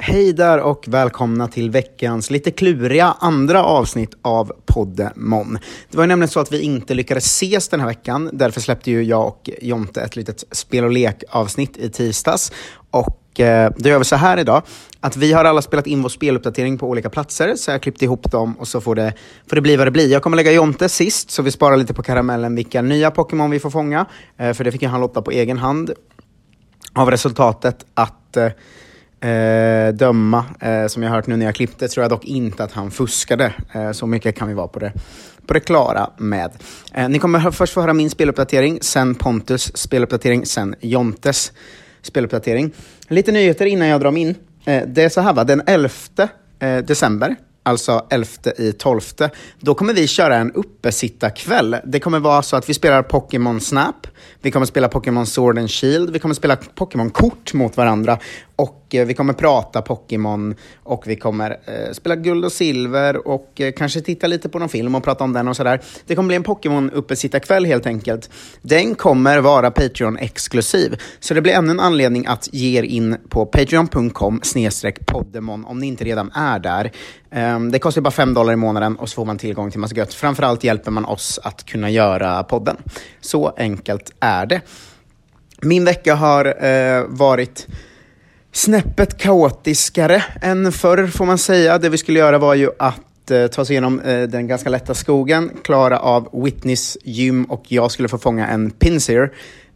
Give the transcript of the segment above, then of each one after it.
Hej där och välkomna till veckans lite kluriga andra avsnitt av Poddemon. Det var ju nämligen så att vi inte lyckades ses den här veckan. Därför släppte ju jag och Jonte ett litet spel- och lek-avsnitt i tisdags. Och då gör vi så här idag, att vi har alla spelat in vår speluppdatering på olika platser. Så jag klippte ihop dem och så får det bli vad det blir. Jag kommer lägga Jonte sist så vi sparar lite på karamellen vilka nya Pokémon vi får fånga. För det fick han lotta på egen hand. Av resultatet att döma, som jag har hört nu när jag klippte, tror jag dock inte att han fuskade. Så mycket kan vi vara på det klara med. Ni kommer först få höra min speluppdatering, sen Pontus speluppdatering, sen Jontes speluppdatering. Lite nyheter innan jag drar min. Det är så här va, den 11 december, alltså 11/12, då kommer vi köra en uppesittarkväll. Det kommer vara så att vi spelar Pokémon Snap, vi kommer spela Pokémon Sword and Shield, vi kommer spela Pokémon-kort mot varandra och vi kommer prata Pokémon och vi kommer spela guld och silver och kanske titta lite på någon film och prata om den och sådär. Det kommer bli en Pokémon-uppesittarkväll helt enkelt. Den kommer vara Patreon-exklusiv, så det blir ännu en anledning att ge er in på patreon.com/poddemon om ni inte redan är där. Det kostar bara $5 i månaden och så får man tillgång till massa gött. Framförallt hjälper man oss att kunna göra podden. Så enkelt är det. Min vecka har varit snäppet kaotiskare än förr får man säga. Det vi skulle göra var ju att ta oss igenom den ganska lätta skogen, klara av Whitneys gym och jag skulle få fånga en Pinsir.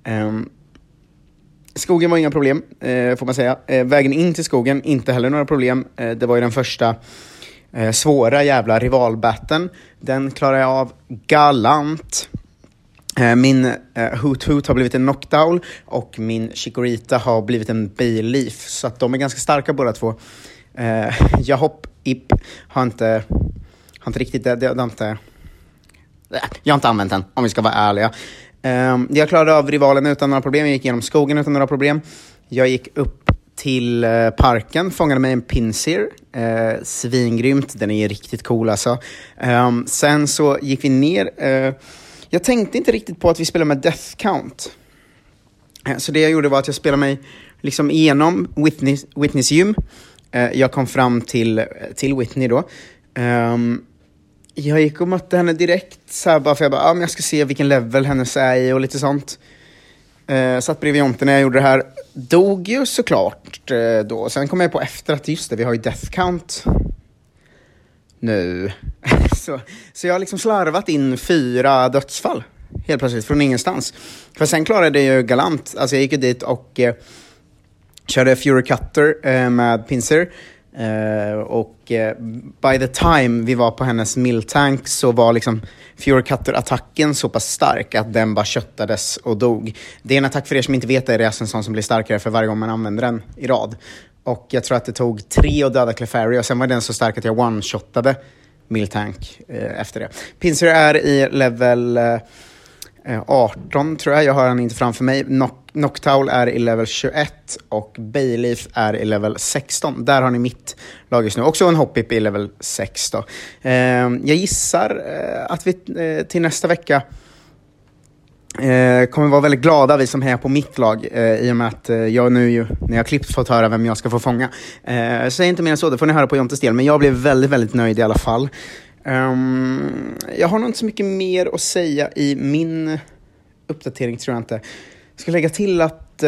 Skogen var inga problem får man säga. Vägen in till skogen, inte heller några problem. Det var ju den första svåra jävla rivalbatten. Den klarar jag av galant. Min Hoot Hoot har blivit en Knockdown och min Chikorita har blivit en Bayleaf. Så att de är ganska starka båda två. Jahopp Ip har inte riktigt jag har inte använt den om vi ska vara ärliga. Jag klarade av rivalen utan några problem. Jag gick igenom skogen utan några problem. Jag gick upp till parken, fångade mig en Pinsir. Svingrymt, den är riktigt cool alltså. Sen så gick vi ner. Jag tänkte inte riktigt på att vi spelar med Death Count. Så det jag gjorde var att jag spelade mig liksom igenom Whitneys gym. Jag kom fram till Whitney då. Jag gick och mötte henne direkt så här, bara för men jag ska se vilken level hennes är i och lite sånt. Satt bredvid Jonte när jag gjorde det här. Dog ju såklart då. Sen kom jag på efter att just det, vi har ju Death Count nu. Så jag har liksom slarvat in 4 dödsfall helt plötsligt från ingenstans. För sen klarade det ju galant. Alltså jag gick ju dit och körde Fury Cutter med Pinsir. Och by the time vi var på hennes Miltank så var liksom Fury Cutter-attacken så pass stark att den bara köttades och dog. Det är en attack för er som inte vet, det är en sån som blir starkare för varje gång man använder den i rad. Och jag tror att det tog 3 att döda Clefairy och sen var den så stark att jag one-shottade Miltank efter det. Pinsir är i level 18 tror jag har han inte framför mig. Noctowl är i level 21 och Bayleaf är i level 16. Där har ni mitt lag just nu. Också en Hoppip i level 6 då. Jag gissar att vi till nästa vecka kommer vara väldigt glada vi som hejar på mitt lag i och med att jag nu ju, när jag klippt fått höra vem jag ska få fånga. Säg inte mer än så, det får ni höra på Jontes del. Men jag blev väldigt, väldigt nöjd i alla fall. Jag har nog inte så mycket mer att säga i min uppdatering, tror jag inte. Jag ska lägga till att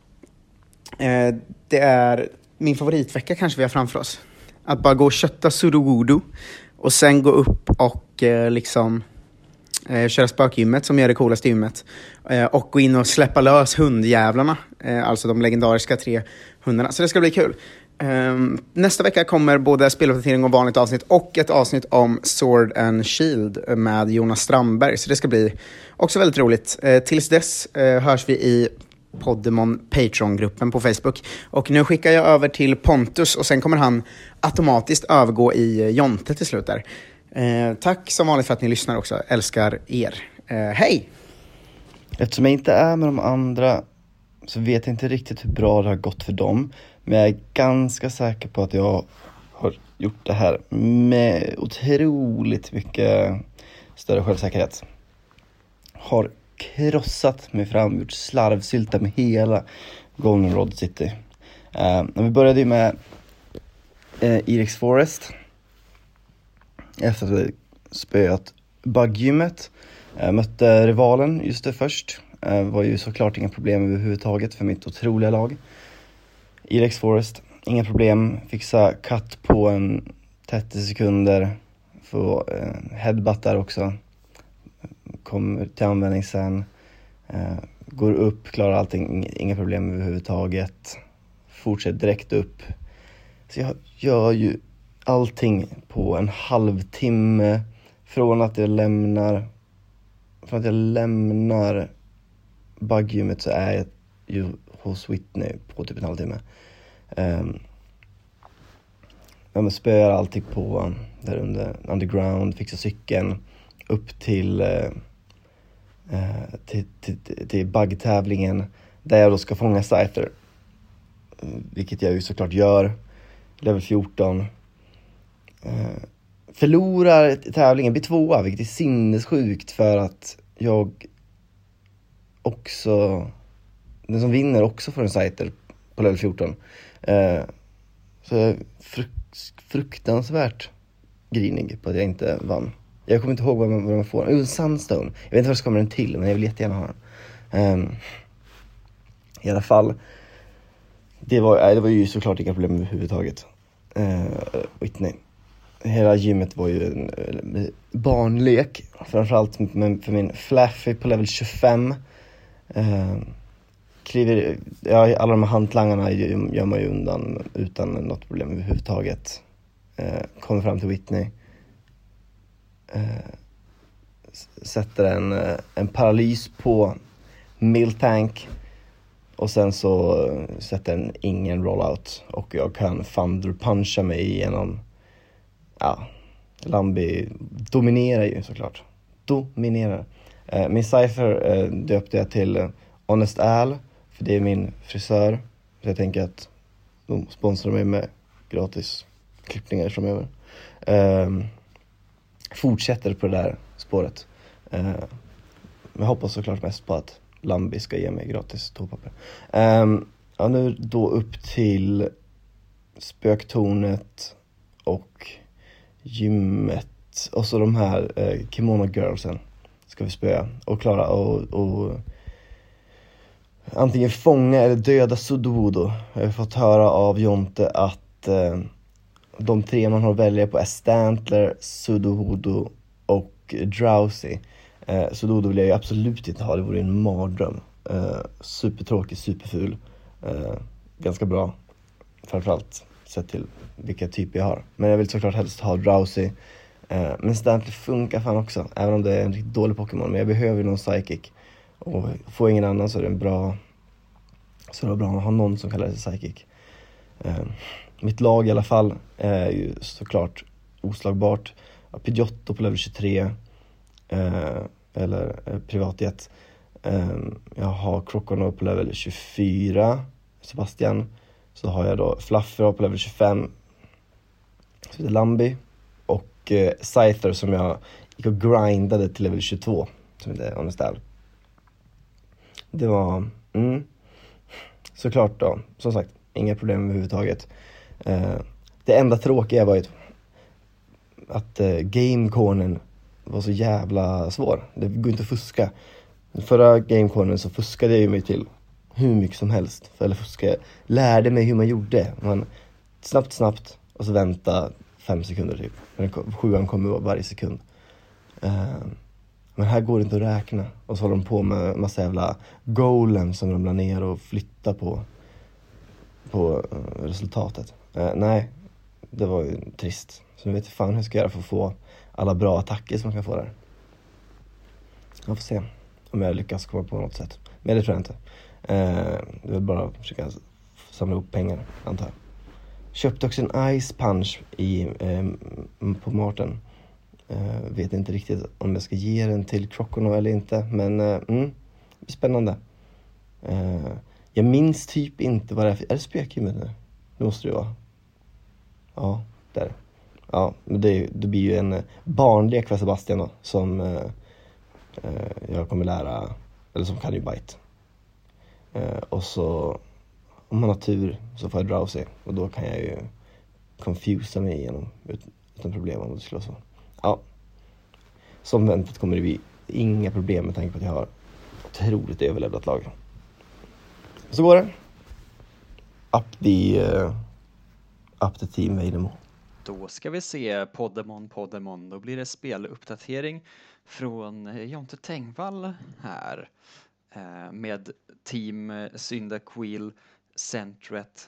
det är min favoritvecka kanske vi har framför oss. Att bara gå och kötta Sudowoodo och sen gå upp och liksom köra spökgymmet som är det coolaste gymmet. Och gå in och släppa lös hundjävlarna. Alltså de legendariska 3 hundarna. Så det ska bli kul. Nästa vecka kommer både speluppdatering och vanligt avsnitt och ett avsnitt om Sword and Shield med Jonas Strandberg. Så det ska bli också väldigt roligt. Tills dess hörs vi i Poddemon Patreon-gruppen på Facebook. Och nu skickar jag över till Pontus och sen kommer han automatiskt övergå i Jonte till slut där. Tack som vanligt för att ni lyssnar också. Älskar er. Hej! Eftersom jag inte är med de andra så vet jag inte riktigt hur bra det har gått för dem. Men jag är ganska säker på att jag har gjort det här med otroligt mycket större självsäkerhet. Har krossat mig fram, gjort slarvsylta med hela Goldenrod City. När vi började ju med Irex Forest. Efter att vi spöat Buggymmet. Mötte rivalen just det först. Var ju såklart inga problem överhuvudtaget för mitt otroliga lag. Irex Forest, inga problem. Fixa cut på en 30 sekunder. Få headbutt där också. Kommer till användning sen. Går upp, klarar allting, inga problem överhuvudtaget. Fortsätter direkt upp. Så jag gör ju allting på en halvtimme. Från att jag lämnar Buggymmet så är jag ju hos Whitney på typ en halvtimme. Jag spöar alltid på där under underground, fixar cykeln upp till buggtävlingen där jag då ska fånga Cypher, vilket jag ju såklart gör. Level 14. Förlorar tävlingen, blir 2, vilket är sinnessjukt för att jag också, den som vinner också får en Cypher på level 14. Så jag är fruktansvärt grinig på att jag inte vann. Jag kommer inte ihåg vad man får. En Sunstone. Jag vet inte vad det kommer en till, men jag vill jättegärna ha den. I alla fall. Det var ju såklart inga problem överhuvudtaget. Whitney. Hela gymmet var ju en barnlek. Framförallt för min Flaffy på level 25. Alla de här hantlangarna gör man ju undan utan något problem överhuvudtaget. Kommer fram till Whitney. Sätter en paralys på Miltank. Och sen så sätter den ingen rollout. Och jag kan thunderpuncha mig igenom. Ja, Lambi dominerar ju såklart. Dominerar. Min Cypher döpte jag till Honest Al. För det är min frisör. Så jag tänker att de sponsrar mig med gratis klippningar framöver. Fortsätter på det där spåret. Jag hoppas såklart mest på att Lambi ska ge mig gratis toapapper. Nu då upp till spöktornet och gymmet. Och så de här kimono girlsen ska vi spöa. Och klara och antingen fånga eller döda Sudowoodo. Jag har fått höra av Jonte att de 3 man har att välja på är Stantler, Sudowoodo och Drowsy. Sudowoodo vill jag ju absolut inte ha, det vore en mardröm. Supertråkig, superful. Ganska bra, framförallt sett till vilka typer jag har. Men jag vill såklart helst ha Drowsy. Men Stantler funkar fan också, även om det är en riktigt dålig Pokémon. Men jag behöver någon Psychic. Och får ingen annan så är det bra. Så det är bra att ha någon som kallar sig Psychic. Mitt lag i alla fall är ju såklart oslagbart. Pidgeotto på level 23. Eller privatjet. Jag har Croconaw på level 24. Sebastian. Så har jag då Fluffer på level 25. Så det är Lambi. Och Scyther som jag gick och grindade till level 22. Som inte är Honest Al. Det var såklart då, som sagt, inga problem överhuvudtaget. Det enda tråkiga var ju att gamecornen var så jävla svår. Det går inte att fuska. Förra gamecornen så fuskade jag ju mig till hur mycket som helst. Eller fuskade, lärde mig hur man gjorde. Man snabbt och så vänta 5 sekunder typ. Men 7 kommer varje sekund. Men här går det inte att räkna. Och så håller de på med massa jävla golem som ramlar ner och flyttar på resultatet. Nej, det var ju trist. Så jag vet inte fan hur jag ska göra för att få alla bra attacker som man kan få där. Jag får se om jag lyckas komma på något sätt. Men det tror jag inte. Det är bara att försöka samla ihop pengar, antar jag. Köpte också en Ice Punch på Martin. Vet inte riktigt om jag ska ge den till Croconaw eller inte. Men det är spännande. Jag minns typ inte vad det är för... Är det spökgymmet nu? Det måste det vara. Ja, där. Ja, men det blir ju en barnlek för Sebastian då. Som jag kommer lära... Eller som kan ju bite. Och så... Om man har tur så får jag Drowsy. Och då kan jag ju confusa mig igenom utan problem om det skulle vara så. Ja. Som väntat kommer det bli inga problem med tanke på att jag har otroligt överlevdat lag. Så går det. Up the team Vejdemo. Då ska vi se Poddemon. Då blir det speluppdatering från Jonte Tengvall här. Med team Cyndaquil, Centret,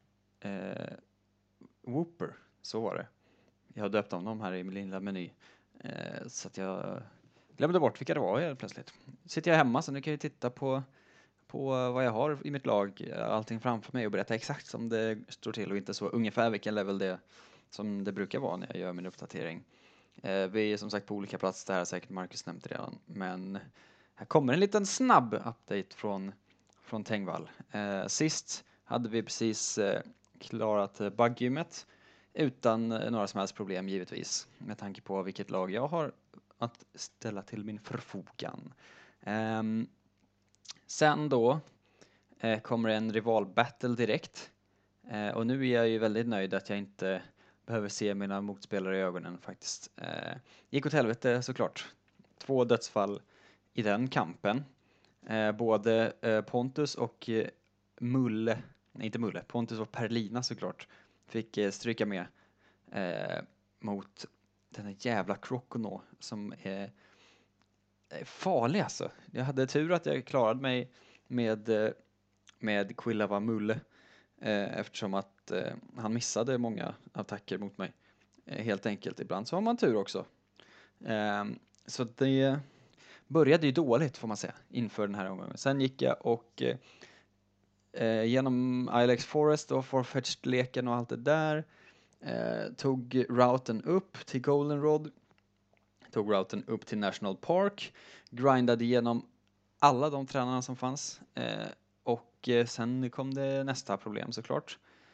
Whooper. Så var det. Jag har döpt om dem här i min lilla meny. Så att jag glömde bort vilka det var helt plötsligt. Sitter jag hemma så nu kan jag titta på vad jag har i mitt lag, allting framför mig och berätta exakt som det står till och inte så ungefär vilken level det som det brukar vara när jag gör min uppdatering. Vi är som sagt på olika platser, det här har säkert Marcus nämnt redan, men här kommer en liten snabb update från Tengvall. Sist hade vi precis klarat buggymmet utan några som helst problem givetvis, med tanke på vilket lag jag har att ställa till min förfogan. Sen då kommer en rival-battle direkt. Och nu är jag ju väldigt nöjd att jag inte behöver se mina motspelare i ögonen faktiskt. Gick åt helvete såklart. 2 dödsfall i den kampen. Både Pontus och Pontus och Perlina såklart fick stryka med mot den här jävla Croconaw som är farlig alltså. Jag hade tur att jag klarade mig med Quillava Mulle eftersom att han missade många attacker mot mig. Helt enkelt. Ibland så har man tur också. Så det började ju dåligt får man säga inför den här omgången. Sen gick jag och genom Ilex Forest och Farfetched-leken och allt det där tog routen upp till Goldenrod. Tog routen upp till National Park, grindade igenom alla de tränarna som fanns och sen kom det nästa problem såklart.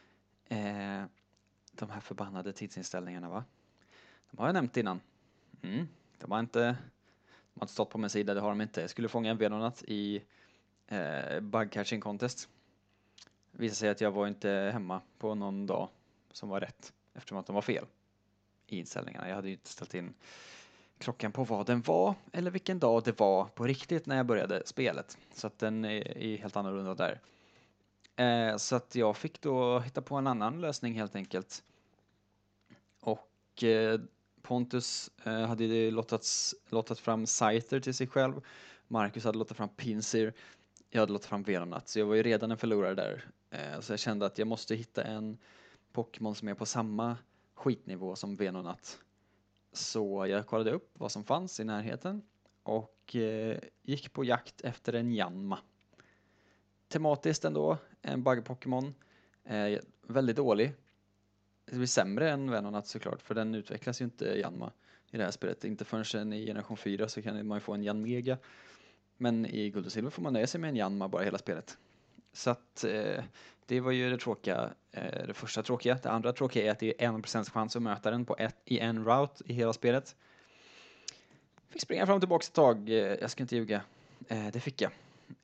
De här förbannade tidsinställningarna va? De har jag nämnt innan. De har inte stått på min sida, det har de inte. Jag skulle fånga en Venonat i bug catching contest. Det visade sig att jag var inte hemma på någon dag som var rätt eftersom att de var fel i inställningarna. Jag hade ju inte ställt in klockan på vad den var eller vilken dag det var på riktigt när jag började spelet. Så att den är helt annorlunda där. Så att jag fick då hitta på en annan lösning helt enkelt. Och Pontus hade ju lottat fram Scyther till sig själv. Marcus hade lottat fram Pinsir. Jag hade lottat fram Venonat. Så jag var ju redan en förlorare där. Så jag kände att jag måste hitta en Pokémon som är på samma skitnivå som Venonat. Så jag kollade upp vad som fanns i närheten och gick på jakt efter en Yanma. Tematiskt ändå, en bug-Pokémon. Väldigt dålig. Det blir sämre än Venonat såklart, för den utvecklas ju inte Yanma i det här spelet. Inte förrän i generation 4 så kan man ju få en Yanmega. Men i Guld och Silver får man nöja sig med en Yanma bara hela spelet. Så att det var ju det tråkiga, det första tråkiga. Det andra tråkiga är att det är 1% chans att möta den i en route i hela spelet. Fick springa fram och tillbaka ett tag, jag ska inte ljuga. Det fick jag.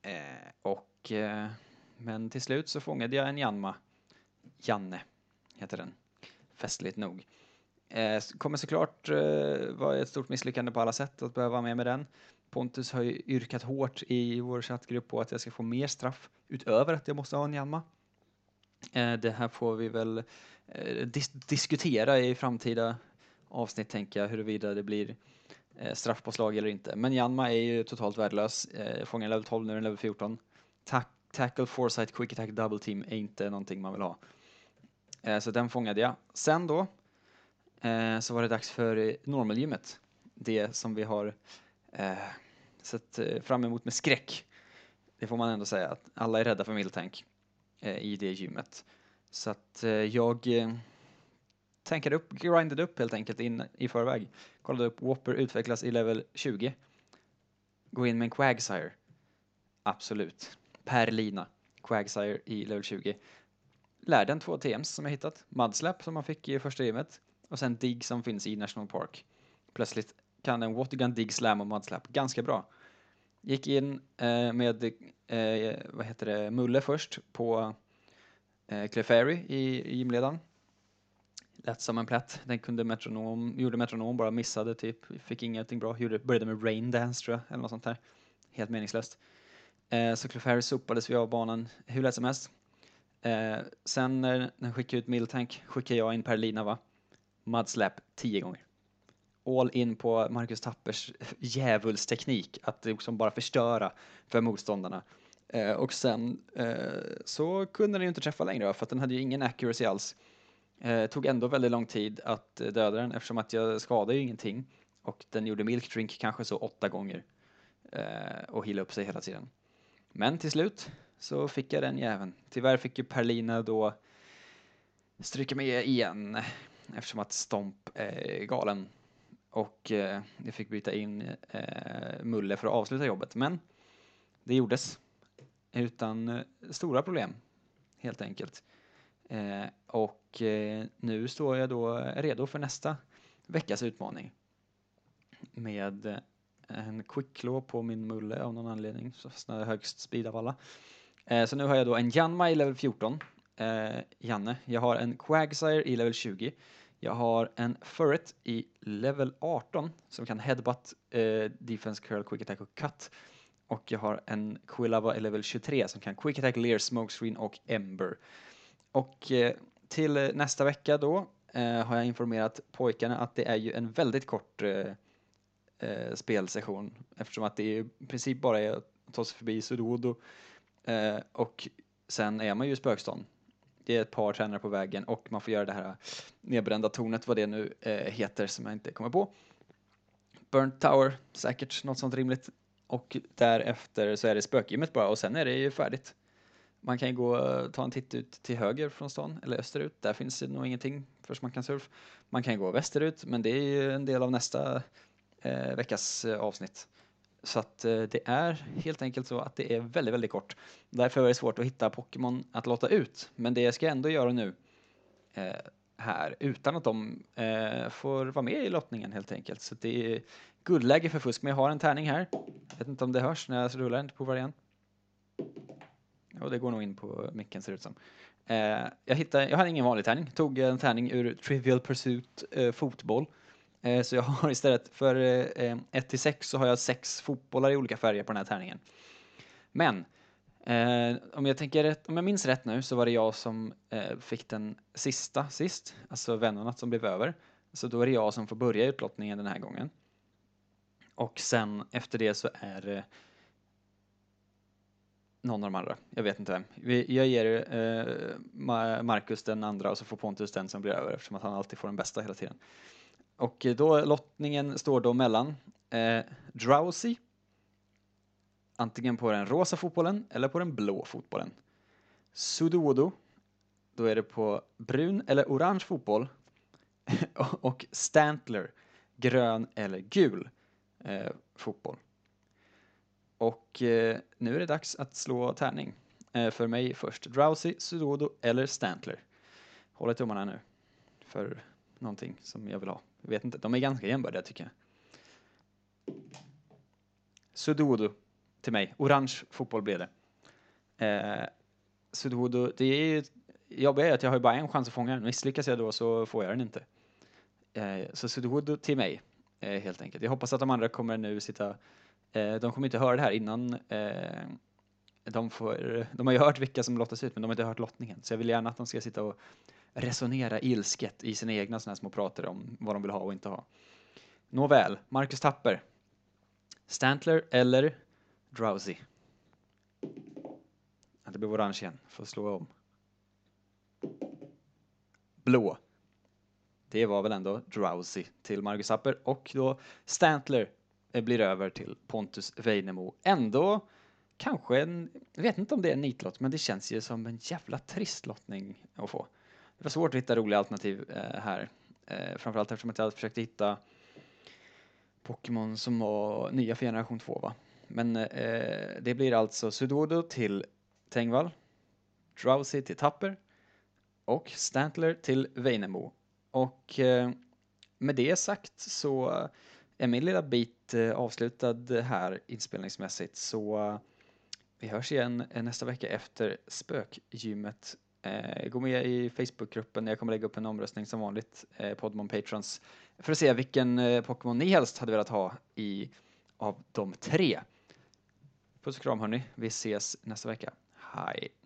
Men till slut så fångade jag en Yanma. Janne heter den. Festligt nog. Kommer såklart vara ett stort misslyckande på alla sätt att behöva vara med den. Pontus har ju yrkat hårt i vår chattgrupp på att jag ska få mer straff utöver att jag måste ha en Yanma. Det här får vi väl diskutera i framtida avsnitt tänker jag, huruvida det blir straffpåslag eller inte. Men Yanma är ju totalt värdelös. Fångar level 12 nu är level 14. Tackle, Foresight, Quick Attack, Double Team är inte någonting man vill ha. Så den fångade jag. Sen då så var det dags för normalgymmet. Det som vi har sett fram emot med skräck. Det får man ändå säga att alla är rädda för Miltank i det gymmet. Så att jag grindade upp helt enkelt in i förväg. Kollade upp Whopper utvecklas i level 20. Gå in med en Quagsire. Absolut. Perlina. Quagsire i level 20. Lärde en 2 TMs som jag hittat. Mudslap som man fick i första gymmet. Och sen Dig som finns i National Park. Plötsligt kan en Watergun, Dig, Slam och Mudslap ganska bra. Gick in med Mulle först på Clefairy i gymledaren. Lätt som en plätt. Den kunde gjorde metronom, bara missade typ. Fick ingenting bra. Började med Rain Dance tror jag, eller något sånt där. Helt meningslöst. Så Clefairy sopades vi av banan hur lätt som helst. Sen när den skickade ut Miltank skickade jag in Perlina, va? Mudslap 10 gånger. All in på Marcus Tappers djävulsteknik att liksom bara förstöra för motståndarna. Och sen så kunde den ju inte träffa längre, för att den hade ju ingen accuracy alls. Tog ändå väldigt lång tid att döda den, eftersom att jag skadade ju ingenting. Och den gjorde Milk Drink kanske så 8 gånger. Och healade upp sig hela tiden. Men till slut så fick jag den jäveln. Tyvärr fick ju Perlina då stryka med igen, eftersom att Stomp är galen. Och jag fick byta in Mulle för att avsluta jobbet. Men det gjordes utan stora problem, helt enkelt. Och nu står jag då redo för nästa veckas utmaning. Med en quick claw på min Mulle av någon anledning. Så snarare högst speed av alla. Så nu har jag då en Janma i level 14. Janne. Jag har en Quagsire i level 20. Jag har en Furret i level 18 som kan headbutt, defense, curl, quick attack och cut. Och jag har en Quilava i level 23 som kan quick attack, leer, smokescreen och ember. Och till nästa vecka då har jag informerat pojkarna att det är ju en väldigt kort spelsession, eftersom att det i princip bara är att ta sig förbi Sudodo och sen är man ju i spökstan. Det är ett par tränare på vägen och man får göra det här nedbrända tornet, vad det nu heter, som jag inte kommer på. Burnt Tower, säkert något sånt rimligt. Och därefter så är det spökgymmet bara, och sen är det ju färdigt. Man kan ju gå och ta en titt ut till höger från stan, eller österut. Där finns det nog ingenting först man kan surfa. Man kan gå västerut, men det är ju en del av nästa veckas avsnitt. Så att det är helt enkelt så att det är väldigt, väldigt kort. Därför är det svårt att hitta Pokémon att låta ut. Men det ska jag ändå göra nu här, utan att de får vara med i lottningen helt enkelt. Så det är guldläge för fusk. Men jag har en tärning här. Jag vet inte om det hörs när jag rullar, inte provar igen. Ja, det går nog in på micken, ser det ut som. Jag hade ingen vanlig tärning. Tog en tärning ur Trivial Pursuit fotboll. Så jag har istället för 1-6 så har jag 6 fotbollar i olika färger på den här tärningen. Men om jag minns rätt nu, så var det jag som fick den sista sist. Alltså vännerna som blev över. Så då är det jag som får börja utlottningen den här gången. Och sen efter det så är det någon av de andra. Jag vet inte vem. Jag ger Marcus den andra och så får Pontus den som blir över, eftersom att han alltid får den bästa hela tiden. Och då lottningen står då mellan Drowsy, antingen på den rosa fotbollen eller på den blå fotbollen. Sudowoodo, då är det på brun eller orange fotboll. Och Stantler, grön eller gul fotboll. Och nu är det dags att slå tärning. För mig först Drowsy, Sudowoodo eller Stantler. Håll i tummarna nu för någonting som jag vill ha. Jag vet inte, de är ganska jämbördiga tycker jag. Sudowoodo till mig. Orange fotboll blir det. Sudowoodo, det är ju jobbigt är att jag har bara en chans att fånga den. Misslyckas jag då så får jag den inte. Så Sudowoodo till mig helt enkelt. Jag hoppas att de andra kommer nu sitta. De kommer inte höra det här innan. De har ju hört vilka som lottas ut, men de har inte hört lottningen. Så jag vill gärna att de ska sitta och resonera ilsket i sina egna såna här små prater om vad de vill ha och inte ha. Nåväl, Marcus Tapper. Stantler eller Drowsy? Det blir orange igen. Får slå om. Blå. Det var väl ändå Drowsy till Marcus Tapper. Och då Stantler blir över till Pontus Weinemo. Ändå kanske jag vet inte om det är en nitlott, men det känns ju som en jävla trist lottning att få. Det var svårt att hitta roliga alternativ här. Framförallt eftersom att jag hade försökt hitta Pokémon som var nya för generation 2, va? Men det blir alltså Sudowoodo till Tengvall, Drowsy till Tapper och Stantler till Weinemo. Och med det sagt så är min lilla bit avslutad här inspelningsmässigt. Så vi hörs igen nästa vecka efter spökgymmet Gå med i Facebookgruppen. Jag kommer lägga upp en omröstning som vanligt. Podmon Patrons. För att se vilken Pokémon ni helst hade velat ha av de 3. Puss och kram hörni. Vi ses nästa vecka. Hej.